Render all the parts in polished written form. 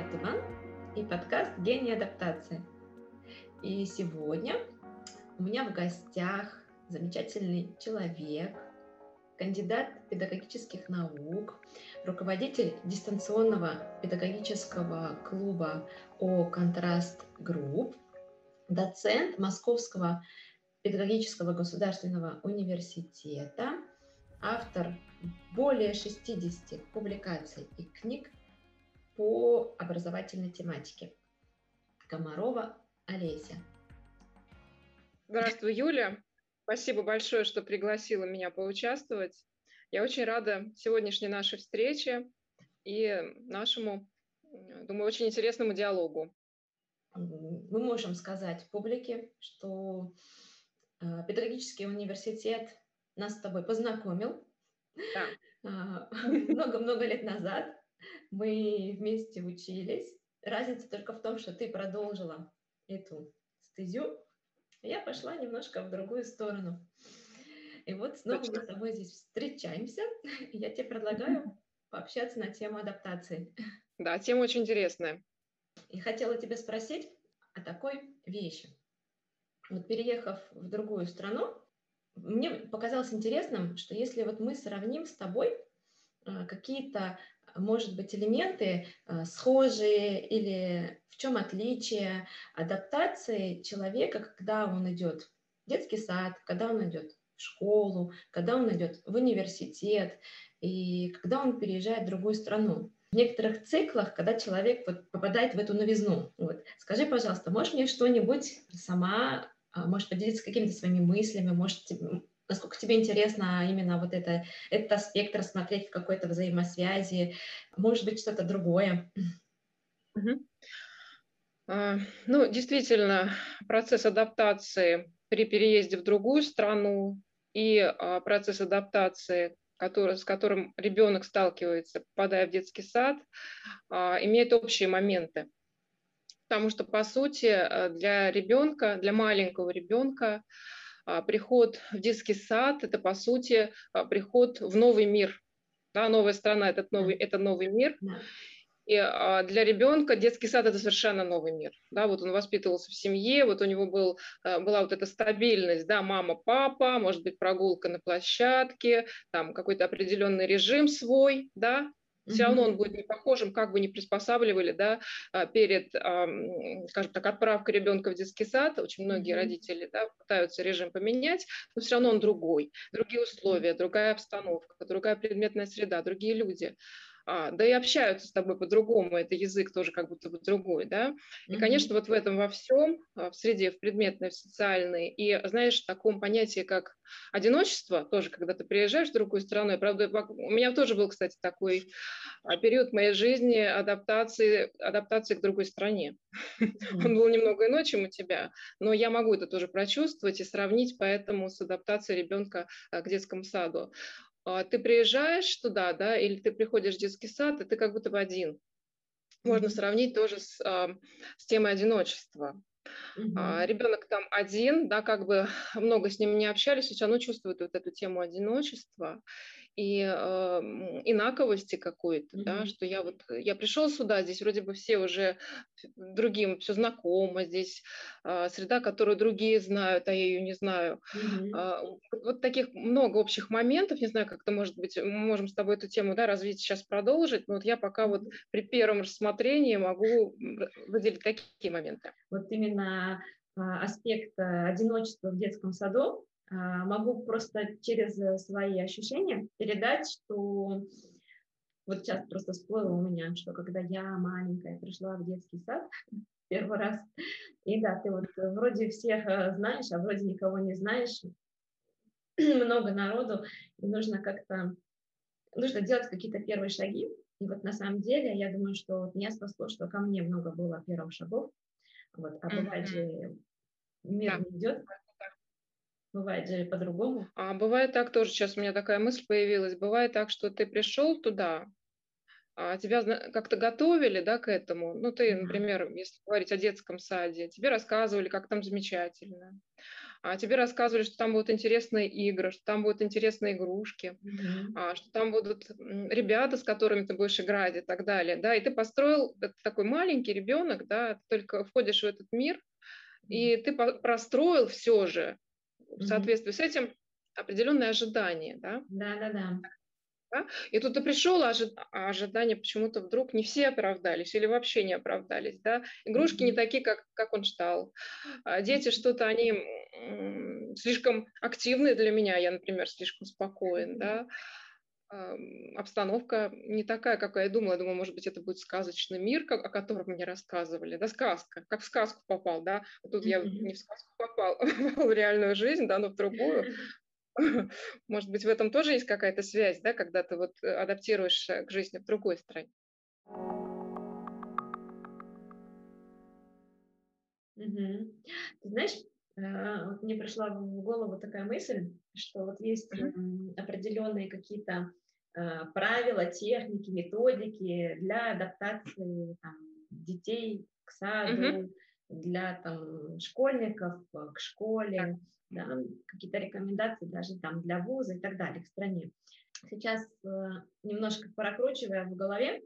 Туман и подкаст «Гений адаптации». И сегодня у меня в гостях замечательный человек, кандидат педагогических наук, руководитель дистанционного педагогического клуба ООО «Контраст Групп», доцент Московского педагогического государственного университета, автор более 60 публикаций и книг по образовательной тематике. Комарова Олеся. Здравствуй, Юля. Спасибо большое, что пригласила меня поучаствовать. Я очень рада сегодняшней нашей встрече и нашему, думаю, очень интересному диалогу. Мы можем сказать публике, что педагогический университет нас с тобой познакомил. Да. Много-много лет назад мы вместе учились. Разница только в том, что ты продолжила эту стезю, а я пошла немножко в другую сторону. И вот снова мы с тобой здесь встречаемся, и я тебе предлагаю пообщаться на тему адаптации. Да, тема очень интересная. И хотела тебя спросить о такой вещи. Вот переехав в другую страну, мне показалось интересным, что если вот мы сравним с тобой какие-то, может быть, элементы схожие или в чем отличие адаптации человека, когда он идет в детский сад, когда он идет в школу, когда он идет в университет и когда он переезжает в другую страну. В некоторых циклах, когда человек вот попадает в эту новизну. Вот. Скажи, пожалуйста, можешь мне что-нибудь сама, можешь поделиться какими-то своими мыслями, может, насколько тебе интересно именно вот этот аспект рассмотреть в какой-то взаимосвязи, может быть, что-то другое? Ну, действительно, процесс адаптации при переезде в другую страну и процесс адаптации, с которым ребенок сталкивается, попадая в детский сад, имеет общие моменты. Потому что, по сути, для ребенка, для маленького ребенка, приход в детский сад – это, по сути, приход в новый мир. Да, новая страна – это новый мир. И для ребенка детский сад – это совершенно новый мир. Да, вот он воспитывался в семье, вот у него была вот эта стабильность, да, мама, папа, может быть, прогулка на площадке, там какой-то определенный режим свой, да. Все равно он будет не похожим, как бы ни приспосабливали, да, перед, скажем так, отправкой ребенка в детский сад. Очень многие родители, да, пытаются режим поменять, но все равно он другой. Другие условия, другая обстановка, другая предметная среда, другие люди. Да и общаются с тобой по-другому, это язык тоже как будто бы другой, да. И, конечно, вот в этом во всем, в среде, в предметной, в социальной, и, знаешь, в таком понятии, как одиночество, тоже, когда ты приезжаешь в другую страну, и, правда, у меня тоже был, кстати, такой период моей жизни адаптации к другой стране. Он был немного иной, чем у тебя, но я могу это тоже прочувствовать и сравнить поэтому с адаптацией ребенка к детскому саду. Ты приезжаешь туда, да, или ты приходишь в детский сад, и ты как будто бы один. Можно сравнить тоже с темой одиночества. Ребенок там один, да, как бы много с ним не общались, все равно чувствует вот эту тему одиночества и инаковости какой-то, да, что я пришел сюда, здесь вроде бы все уже другим все знакомо, здесь среда, которую другие знают, а я ее не знаю. Вот таких много общих моментов, не знаю, как-то, может быть, мы можем с тобой эту тему, да, развить, сейчас продолжить, но вот я пока вот при первом рассмотрении могу выделить такие моменты. Вот именно аспект одиночества в детском саду могу просто через свои ощущения передать, что вот сейчас просто всплыло у меня, что когда я маленькая пришла в детский сад первый раз, и да, ты вот вроде всех знаешь, а вроде никого не знаешь, много народу, и нужно делать какие-то первые шаги. И вот на самом деле, я думаю, что вот меня спасло, что ко мне много было первых шагов. Вот, а бывает же, мир не идет, бывает же по-другому. Бывает так тоже, сейчас у меня такая мысль появилась, бывает так, что ты пришел туда, тебя как-то готовили, да, к этому. Ну, ты, например, если говорить о детском саде, тебе рассказывали, как там замечательно. а тебе рассказывали, что там будут интересные игры, что там будут интересные игрушки, Мгм. что там будут ребята, с которыми ты будешь играть и так далее, да, и ты построил, это такой маленький ребенок, да, ты только входишь в этот мир, и ты простроил все же в Мгм. соответствии с этим определенные ожидания, да. Да-да-да. Да? И тут ты пришел, а ожидания почему-то вдруг не все оправдались или вообще не оправдались. Да? Игрушки не Мгм. такие, как он ждал. Дети Мгм. что-то, они слишком активные для меня, я, например, слишком спокоен. Да? Обстановка не такая, какая я думала. Я думала, может быть, это будет сказочный мир, о котором мне рассказывали. Да, сказка, как в сказку попал. Да? А тут я Мгм. не в сказку попал, попал в реальную жизнь, да, но в другую. Может быть, в этом тоже есть какая-то связь, да, когда ты вот адаптируешься к жизни в другой стране. Мгм. Ты знаешь, вот мне пришла в голову такая мысль, что вот есть Мгм. определенные какие-то правила, техники, методики для адаптации там, детей к Мгм. саду, для там, школьников к Так. школе, да, какие-то рекомендации даже там для вуза и так далее в стране. Сейчас немножко прокручивая в голове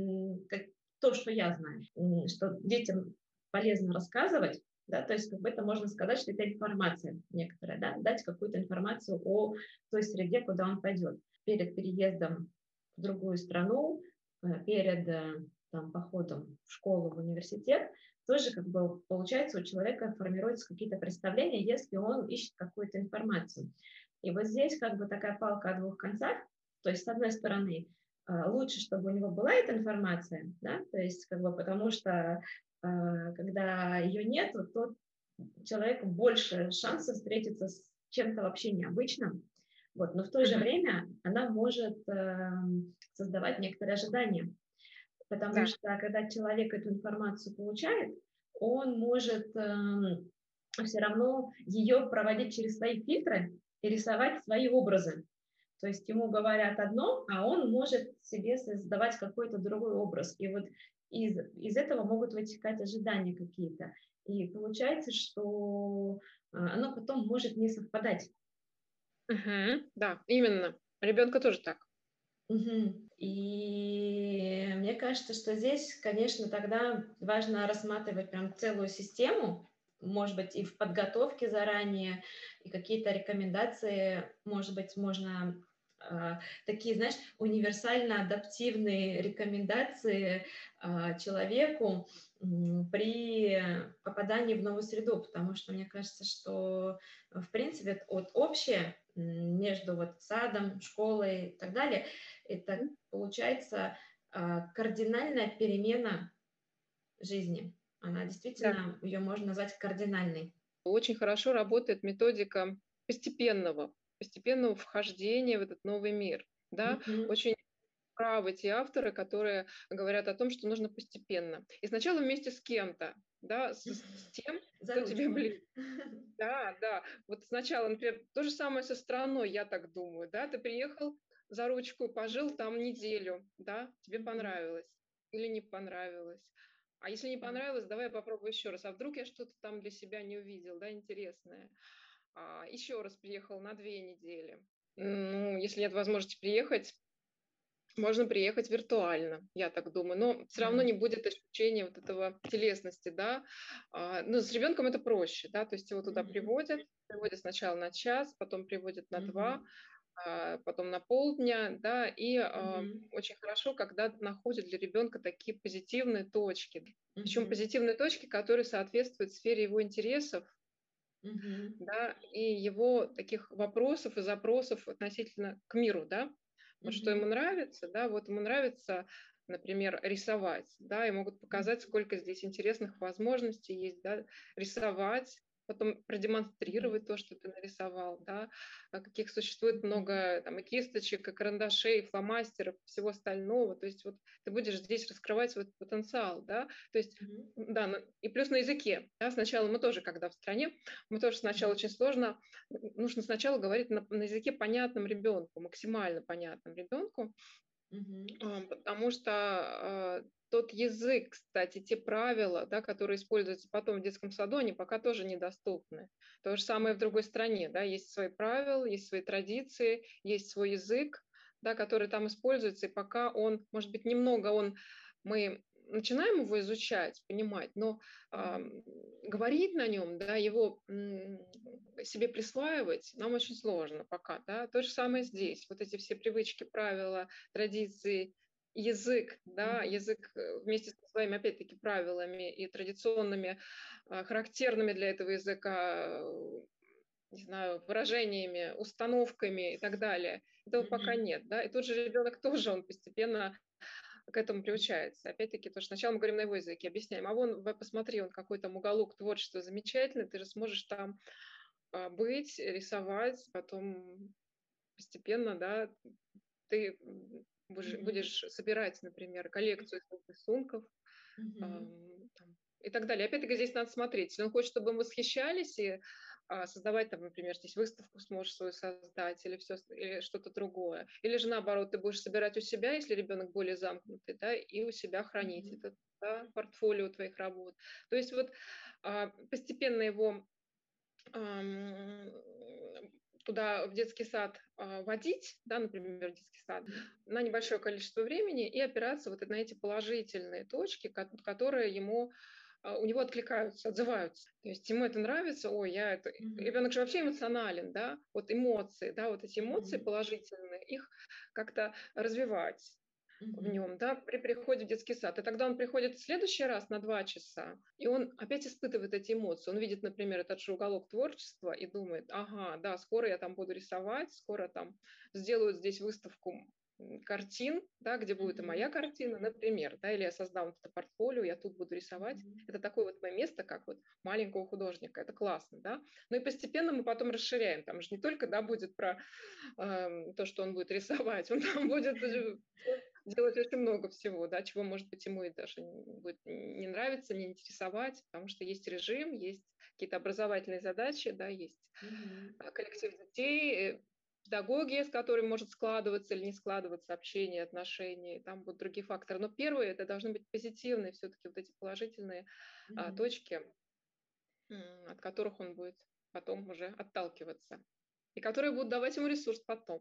то, что я знаю, что детям полезно рассказывать, да, то есть как бы это можно сказать, что это информация некоторая, да, дать какую-то информацию о той среде, куда он пойдет. Перед переездом в другую страну, перед там, походом в школу, в университет, тоже как бы получается у человека формируются какие-то представления, если он ищет какую-то информацию. И вот здесь как бы такая палка о двух концах, то есть с одной стороны лучше, чтобы у него была эта информация, да, то есть как бы потому что когда ее нет, то человеку больше шансов встретиться с чем-то вообще необычным. Вот. Но в то же Мгм. время она может создавать некоторые ожидания, потому Да. что когда человек эту информацию получает, он может все равно ее проводить через свои фильтры и рисовать свои образы. То есть ему говорят одно, а он может себе создавать какой-то другой образ. И вот из этого могут вытекать ожидания какие-то. И получается, что оно потом может не совпадать. Мгм. Да, именно. Ребенка тоже так. Мгм. И мне кажется, что здесь, конечно, тогда важно рассматривать прям целую систему, может быть, и в подготовке заранее, и какие-то рекомендации, может быть, можно такие, знаешь, универсально адаптивные рекомендации человеку при попадании в новую среду, потому что мне кажется, что в принципе вот общее между вот садом, школой и так далее, это Мгм. получается кардинальная перемена жизни. Она Да. действительно, ее можно назвать кардинальной. Очень хорошо работает методика постепенного вхождения в этот новый мир. Да? Мгм. Очень правы те авторы, которые говорят о том, что нужно постепенно. И сначала вместе с кем-то, да, с тем, За кто тебе ручку. близок. Да, да. Вот сначала, например, то же самое со страной, я так думаю, да. Ты приехал за ручку, пожил там неделю, да, тебе Мгм. понравилось или не понравилось. А если не Да. понравилось, давай я попробую еще раз. А вдруг я что-то там для себя не увидел, да, интересное. Еще раз приехал на 2 недели. Ну, если нет возможности приехать, можно приехать виртуально, я так думаю, но все равно Да. не будет ощущения вот этого телесности, да. Ну, с ребенком это проще, да, то есть его туда Мгм. приводят сначала на час, потом приводят на 2, Мгм. потом на полдня, да, и Мгм. очень хорошо, когда находят для ребенка такие позитивные точки. Причем Мгм. позитивные точки, которые соответствуют сфере его интересов, Мгм. да, и его таких вопросов и запросов относительно к миру, да. Вот что ему Мгм. нравится, да, вот ему нравится, например, рисовать, да, и могут показать, Мгм. сколько здесь интересных возможностей есть, да, рисовать, потом Мгм. продемонстрировать то, что ты нарисовал, да, каких существует Мгм. много там и кисточек, и карандашей, и фломастеров, всего остального, то есть вот ты будешь здесь раскрывать свой потенциал, да, то есть, Мгм. да, и плюс на языке, да, сначала мы тоже, когда в стране, мы тоже сначала Мгм. очень сложно, нужно сначала говорить на языке понятном ребенку, максимально понятном ребенку, Мгм. Потому что тот язык, кстати, те правила, да, которые используются потом в детском саду, они пока тоже недоступны. То же самое в другой стране, да, есть свои правила, есть свои традиции, есть свой язык, да, который там используется, и пока он, может быть, немного мы начинаем его изучать, понимать, но Мгм. говорить на нем, да, его себе присваивать нам очень сложно пока, да. То же самое здесь. Вот эти все привычки, правила, традиции, язык, да, Мгм. язык вместе со своими, опять-таки, правилами и традиционными, характерными для этого языка, не знаю, выражениями, установками и так далее. Этого пока Мгм. нет, да. И тот же ребенок тоже, он постепенно к этому приучается. Опять-таки, то, что сначала мы говорим на его языке, объясняем, а вон, посмотри, он какой там уголок творчества замечательный, ты же сможешь там быть, рисовать, потом постепенно, да, ты Мгм. будешь собирать, например, коллекцию своих рисунков, Мгм. там, и так далее. Опять-таки здесь надо смотреть. Если он хочет, чтобы им восхищались и создавать, там, например, здесь выставку сможешь свою создать или, или что-то другое. Или же наоборот, ты будешь собирать у себя, если ребенок более замкнутый, да, и у себя хранить Мгм. это, да, портфолио твоих работ. То есть вот постепенно его ам, туда в детский сад водить, да, например, в детский сад, на небольшое количество времени и опираться вот на эти положительные точки, которые у него откликаются, отзываются. То есть ему это нравится, ой, Мгм. ребенок же вообще эмоционален, да, вот эмоции, да, вот эти эмоции Мгм. положительные, их как-то развивать в Мгм. нем, да, при приходе в детский сад. И тогда он приходит в следующий раз на 2 часа, и он опять испытывает эти эмоции. Он видит, например, этот же уголок творчества и думает: ага, да, скоро я там буду рисовать, скоро там сделают здесь выставку картин, да, где будет и моя Мгм. картина, например, да, или я создам вот это портфолио, я тут буду рисовать. Мгм. Это такое вот мое место, как вот маленького художника. Это классно, да. Ну и постепенно мы потом расширяем. Там же не только, да, будет про то, что он будет рисовать, он там будет делать очень много всего, да, чего, может быть, ему и даже будет не нравиться, не интересовать, потому что есть режим, есть какие-то образовательные задачи, да, есть Мгм. коллектив детей, педагоги, с которыми может складываться или не складываться общение, отношения, и там будут другие факторы. Но первые это должны быть позитивные, все-таки вот эти положительные Мгм. точки, от которых он будет потом уже отталкиваться, и которые будут давать ему ресурс потом.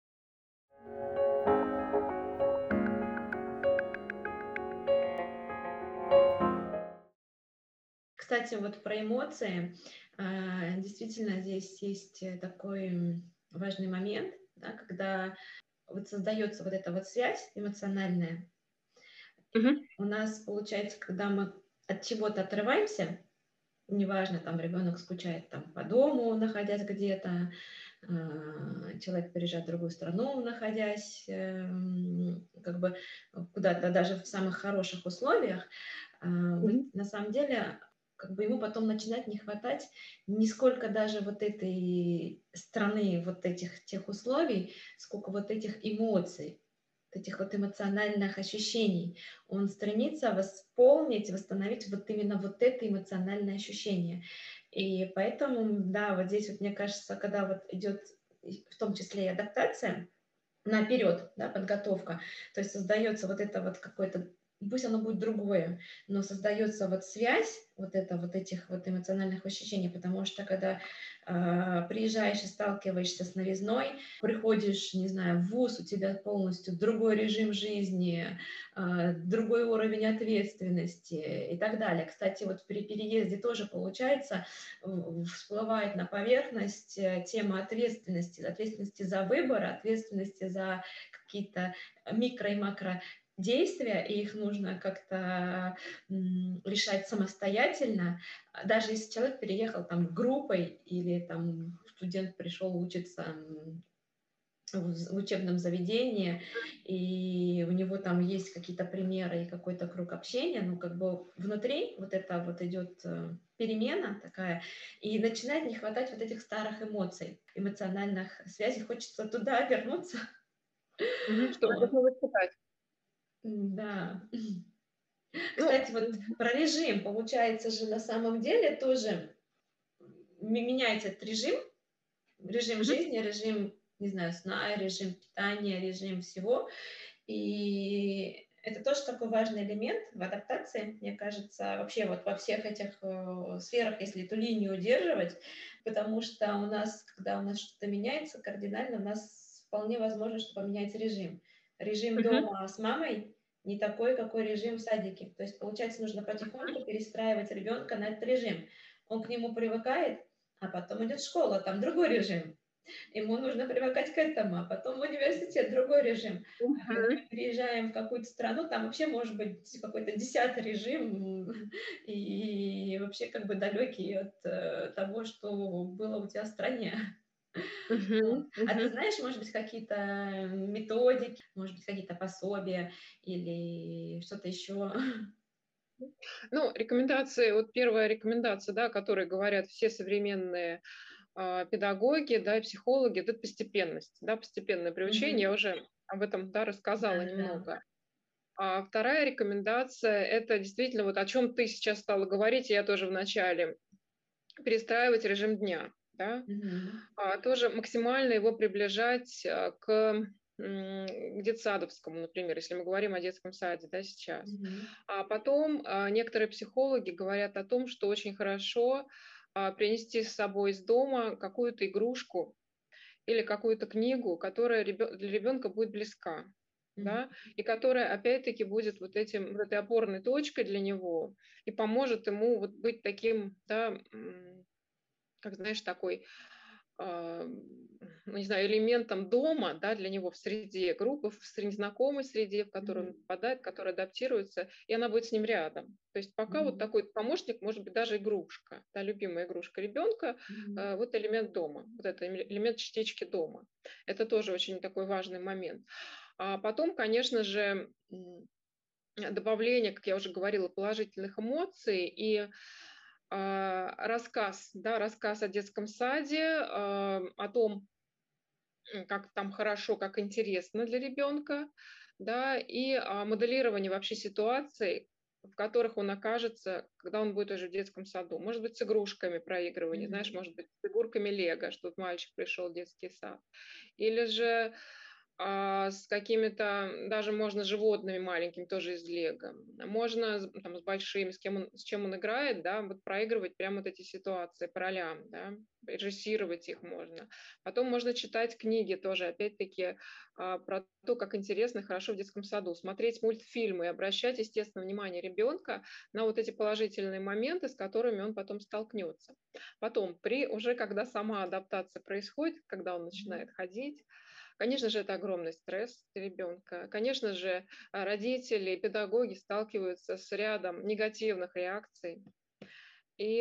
Кстати, вот про эмоции. Действительно, здесь есть такой важный момент, да, когда вот создается вот эта вот связь эмоциональная. Мгм. У нас получается, когда мы от чего-то отрываемся, неважно, там ребенок скучает там по дому, находясь где-то, человек переезжает в другую страну, находясь как бы куда-то даже в самых хороших условиях, Мгм. на самом деле как бы ему потом начинает не хватать не сколько даже вот этой страны, вот этих тех условий, сколько вот этих эмоций, вот этих вот эмоциональных ощущений. Он стремится восполнить, восстановить вот именно вот это эмоциональное ощущение. И поэтому, да, вот здесь вот, мне кажется, когда вот идет в том числе и адаптация, наперед, да, подготовка. То есть создается вот это вот какое-то, пусть оно будет другое, но создается вот связь вот это вот этих вот эмоциональных ощущений, потому что когда приезжаешь и сталкиваешься с новизной, приходишь, не знаю, в вуз, у тебя полностью другой режим жизни, другой уровень ответственности и так далее. Кстати, вот при переезде тоже получается, всплывает на поверхность тема ответственности, ответственности за выбор, ответственности за какие-то микро и макро действия, и их нужно как-то решать самостоятельно. Даже если человек переехал там группой или там студент пришел учиться в учебном заведении, и у него там есть какие-то примеры и какой-то круг общения, ну, как бы внутри вот это вот идет перемена такая, и начинает не хватать вот этих старых эмоций, эмоциональных связей, хочется туда вернуться. Мгм. Чтобы Вот. снова читать. Да. Ну, Кстати, вот про режим, получается же на самом деле тоже меняется этот режим, режим мгм. жизни, режим, не знаю, сна, режим питания, режим всего. И это тоже такой важный элемент в адаптации, мне кажется, вообще вот во всех этих сферах, если эту линию удерживать, потому что у нас, когда у нас что-то меняется кардинально, у нас вполне возможно, что поменяется режим. Режим Мгм. дома с мамой не такой, какой режим в садике. То есть, получается, нужно потихоньку перестраивать ребенка на этот режим. Он к нему привыкает, а потом идет школа, там другой режим. Ему нужно привыкать к этому, а потом в университет другой режим. А когда Мгм. мы переезжаем в какую-то страну, там вообще может быть какой-то 10-й режим и вообще как бы далекий от того, что было у тебя в стране. Вот. Мгм. А ты Мгм. знаешь, может быть, какие-то методики, может быть, какие-то пособия или что-то еще? Ну, рекомендации, вот первая рекомендация, да, о которой говорят все современные педагоги, да, и психологи, это постепенность, да, постепенное приучение. Я Мгм. уже об этом, да, рассказала Да-да-да. немного. А вторая рекомендация – это действительно вот о чем ты сейчас стала говорить, и я тоже в начале, перестраивать режим дня, да, Мгм. тоже максимально его приближать к детсадовскому, например, если мы говорим о детском саде, да, сейчас. Мгм. А потом некоторые психологи говорят о том, что очень хорошо принести с собой из дома какую-то игрушку или какую-то книгу, которая для ребенка будет близка, Мгм. да, и которая опять-таки будет вот этой опорной точкой для него и поможет ему вот быть таким, да, как знаешь, такой, ну, не знаю, элементом дома, да, для него в среде группы, в незнакомой среде, в которую он Мгм. попадает, которая адаптируется, и она будет с ним рядом. То есть пока вот Мгм. такой помощник, может быть, даже игрушка, да, любимая игрушка ребенка, Мгм. вот элемент дома, вот это элемент частички дома. Это тоже очень такой важный момент. А потом, конечно же, добавление, как я уже говорила, положительных эмоций и рассказ, да, рассказ о детском саде, о том, как там хорошо, как интересно для ребенка, да, и моделирование вообще ситуаций, в которых он окажется, когда он будет уже в детском саду. Может быть, с игрушками проигрывание, знаешь, Мгм. может быть, с фигурками Лего, что вот мальчик пришел в детский сад. Или же с какими-то, даже можно животными маленькими, тоже из лего. Можно там, с большими, с чем он играет, да, вот проигрывать прямо вот эти ситуации по ролям, да, режиссировать их можно. Потом можно читать книги тоже, опять-таки, про то, как интересно и хорошо в детском саду, смотреть мультфильмы и обращать, естественно, внимание ребенка на вот эти положительные моменты, с которыми он потом столкнется. Потом, уже когда сама адаптация происходит, когда он Мгм. начинает ходить, конечно же, это огромный стресс для ребенка. Конечно же, родители и педагоги сталкиваются с рядом негативных реакций и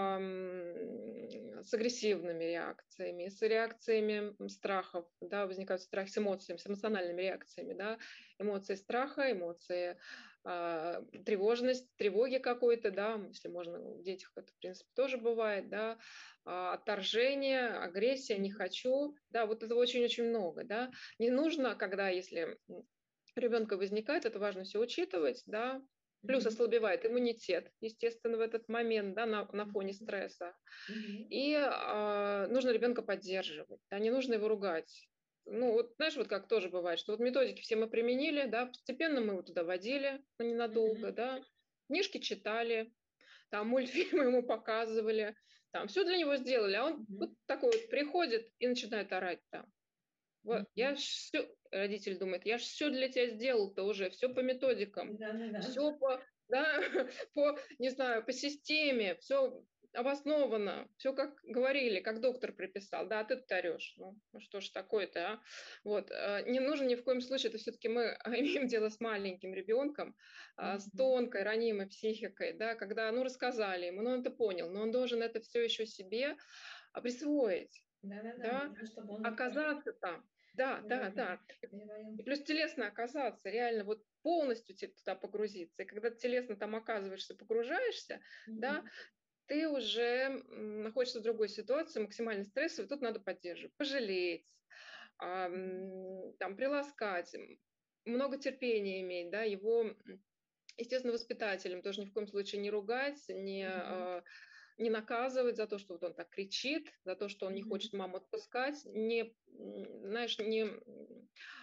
с агрессивными реакциями, с реакциями страхов, да, возникают страхи с эмоциями, с эмоциональными реакциями, да, эмоции страха, эмоции тревожность, тревоги какой-то, да, если можно, в детях это, в принципе, тоже бывает, да, отторжение, агрессия, не хочу, да, вот этого очень-очень много, да. Не нужно, когда, если у ребенка возникает, это важно все учитывать, да, плюс Мгм. ослабевает иммунитет, естественно, в этот момент, да, на фоне Мгм. стресса. Мгм. И нужно ребенка поддерживать, да, не нужно его ругать. Ну, вот знаешь, вот как тоже бывает, что вот методики все мы применили, да, постепенно мы его туда водили, но ненадолго, Мгм. да, книжки читали, там мультфильмы ему показывали, там все для него сделали, а он вот Мгм. такой вот приходит и начинает орать там. Вот, Мгм. родитель думает, я же все для тебя сделал-то уже, все по методикам, Да-да-да. все по, да, по, не знаю, по системе, все обосновано, все как говорили, как доктор приписал, да, а ты тут орешь. Ну что ж такое-то, а? Вот, не нужно ни в коем случае, это все-таки мы имеем дело с маленьким ребенком, с Мгм. тонкой, ранимой психикой, да, когда, ну, рассказали ему, ну, он это понял, но он должен это все еще себе присвоить, Да-да-да. да, Нужно, чтобы он вот как оказаться там. Да, да, переварил. да. Переварил. И плюс телесно оказаться, реально вот полностью туда погрузиться. И когда ты телесно там оказываешься, погружаешься, да, Мгм. ты уже находишься в другой ситуации, максимально стрессовой, тут надо поддерживать, пожалеть, Мгм. там, приласкать, много терпения иметь, да, его, естественно, воспитателям тоже ни в коем случае не ругать, Мгм. не наказывать за то, что вот он так кричит, за то, что он не Мгм. хочет маму отпускать, не, знаешь, не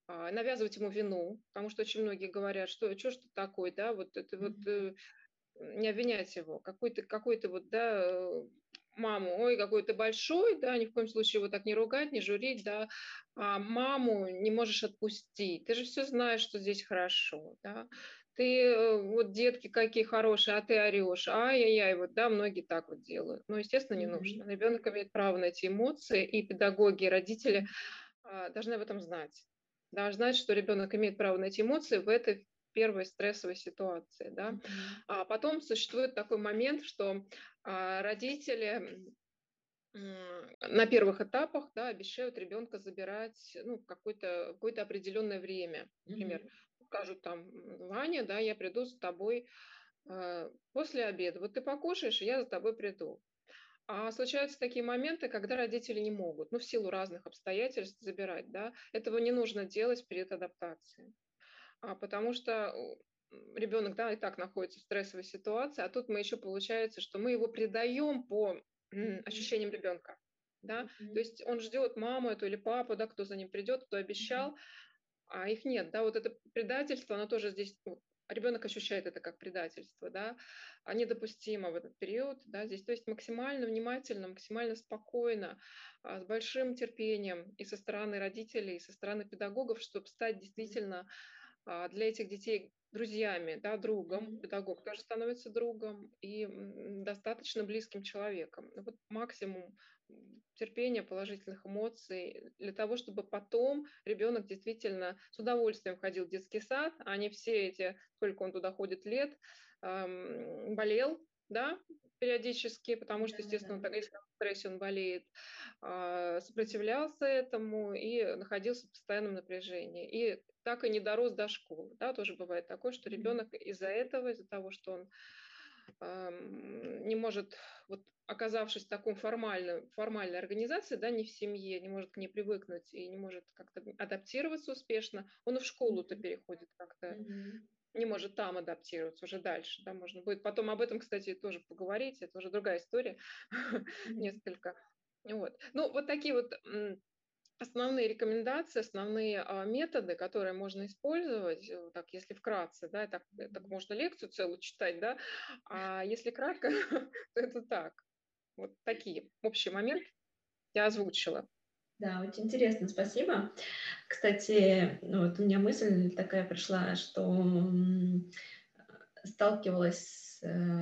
навязывать ему вину, потому что очень многие говорят, что ж ты такой, да, вот это вот не обвинять его, какой ты вот, да, маму, ой, какой ты большой, да, ни в коем случае его так не ругать, не журить, да, а маму не можешь отпустить, ты же все знаешь, что здесь хорошо, да, ты вот детки какие хорошие, а ты орешь, ай-яй-яй, вот, да, многие так вот делают, но, естественно, не нужно. Мгм. Ребенок имеет право на эти эмоции, и педагоги, и родители должны об этом знать. Должны знать, что ребенок имеет право на эти эмоции в этой первой стрессовой ситуации, да. Мгм. А потом существует такой момент, что родители на первых этапах, да, обещают ребенка забирать, ну, какое-то определенное время. Например, Мгм. скажут там, Ваня, да, я приду за тобой после обеда. Вот ты покушаешь, и я за тобой приду. А случаются такие моменты, когда родители не могут, ну, в силу разных обстоятельств забирать, да. Этого не нужно делать перед адаптацией. Потому что ребенок, да, и так находится в стрессовой ситуации, а тут мы еще получается, что мы его предаем по Мгм. ощущениям ребенка. Да? То Мгм. есть он ждет маму эту или папу, да, кто за ним придет, кто Мгм. обещал, а их нет, да, вот это предательство, оно тоже здесь, ну, ребенок ощущает это как предательство, да, недопустимо в этот период, да, здесь, то есть максимально внимательно, максимально спокойно, с большим терпением и со стороны родителей, и со стороны педагогов, чтобы стать действительно для этих детей друзьями, да, другом. Мгм. Педагог тоже становится другом и достаточно близким человеком. Ну, вот максимум терпения, положительных эмоций для того, чтобы потом ребенок действительно с удовольствием ходил в детский сад, а не все эти, сколько он туда ходит лет, болел, да, периодически, потому что, Да-да-да. естественно, если он в стрессе, он болеет, сопротивлялся этому и находился в постоянном напряжении. И так и не дорос до школы. Да, тоже бывает такое, что Мгм. ребенок из-за этого, из-за того, что он не может, вот оказавшись в таком формальной организации, да, не в семье, не может к ней привыкнуть и не может как-то адаптироваться успешно, он и в школу-то Мгм. переходит как-то, Мгм. не может там адаптироваться уже дальше, да, можно будет потом об этом, кстати, тоже поговорить, это уже другая история, Мгм. несколько. Вот. Ну, вот такие вот основные рекомендации, основные методы, которые можно использовать, так, если вкратце, да, так Мгм. можно лекцию целую читать, да, а если кратко, то это так. Вот такие общий момент я озвучила. Да, очень интересно, спасибо. Кстати, ну, вот у меня мысль такая пришла, что сталкивалась с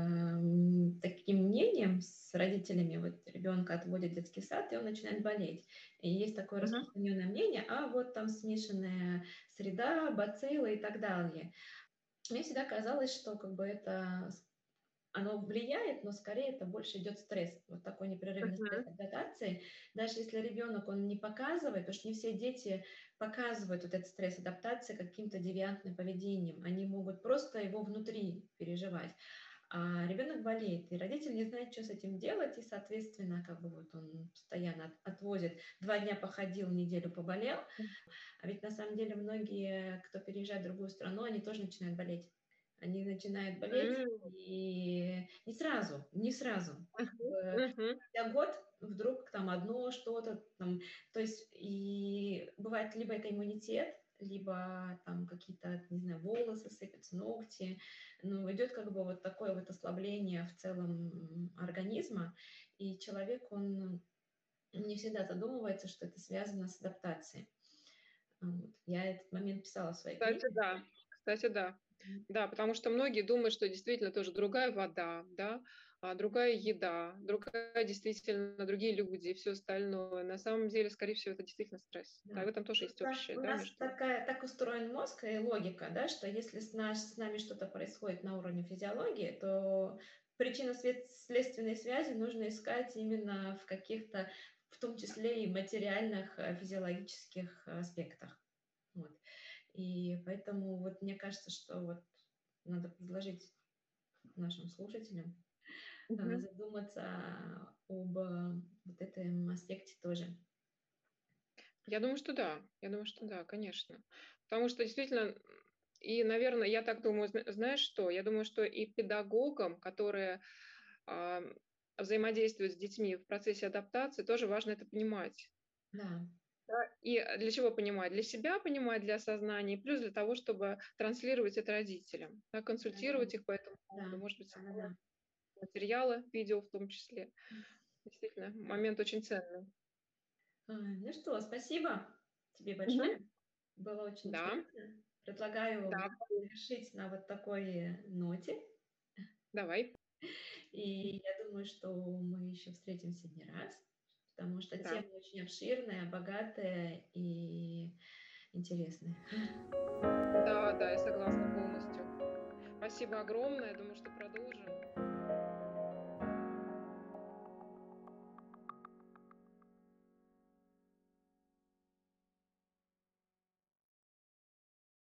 таким мнением с родителями. Вот ребенка отводят в детский сад, и он начинает болеть. И есть такое Мгм. распространенное мнение, а вот там смешанная среда, бациллы и так далее. Мне всегда казалось, что как бы это оно влияет, но скорее это больше идет стресс, вот такой непрерывный стресс Мгм. адаптации. Даже если ребенок, он не показывает, потому что не все дети показывают вот этот стресс адаптации каким-то девиантным поведением. Они могут просто его внутри переживать. А ребенок болеет, и родитель не знает, что с этим делать, и, соответственно, как бы вот он постоянно отвозит. 2 дня походил, неделю поболел. А ведь на самом деле многие, кто переезжает в другую страну, они тоже начинают болеть. Они начинают болеть, М. и не сразу, не сразу. Мгм. Мгм. Спустя год вдруг там одно что-то там, то есть и бывает либо это иммунитет, либо там какие-то, не знаю, волосы сыпятся, ногти. Ну, идет как бы вот такое вот ослабление в целом организма, и человек, он не всегда задумывается, что это связано с адаптацией. Вот. Я этот момент писала в своей Кстати, книге. да. Кстати, да. Да, потому что многие думают, что действительно тоже другая вода, да, другая еда, другая действительно другие люди и все остальное. На самом деле, скорее всего, это действительно стресс. Да, и в Да. этом тоже есть общее, У да, нас между. такая, так устроен мозг и логика, да, что если с нами что-то происходит на уровне физиологии, то причинно-следственной связи нужно искать именно в каких-то, в том числе и материальных физиологических аспектах. Вот. И поэтому вот мне кажется, что вот надо предложить нашим слушателям Мгм. задуматься об вот этом аспекте тоже. Я думаю, что да. Я думаю, что да, конечно. Потому что действительно, и, наверное, я так думаю, знаешь что? Я думаю, что и педагогам, которые а, взаимодействуют с детьми в процессе адаптации, тоже важно это понимать. Да. Да, и для чего понимать? Для себя понимать, для осознания, и плюс для того, чтобы транслировать это родителям, да, Да, консультировать их по этому поводу, да, может быть, да, да, да. материалы, видео в том числе. Действительно, момент очень ценный. Ну что, спасибо тебе Мгм. большое. Было очень Да, интересно. Предлагаю да, завершить на вот такой ноте. давай, И я думаю, что мы еще встретимся не раз, потому что да. тема очень обширная, богатая и интересная. Да, да, я согласна полностью. Спасибо огромное. Я думаю, что продолжим.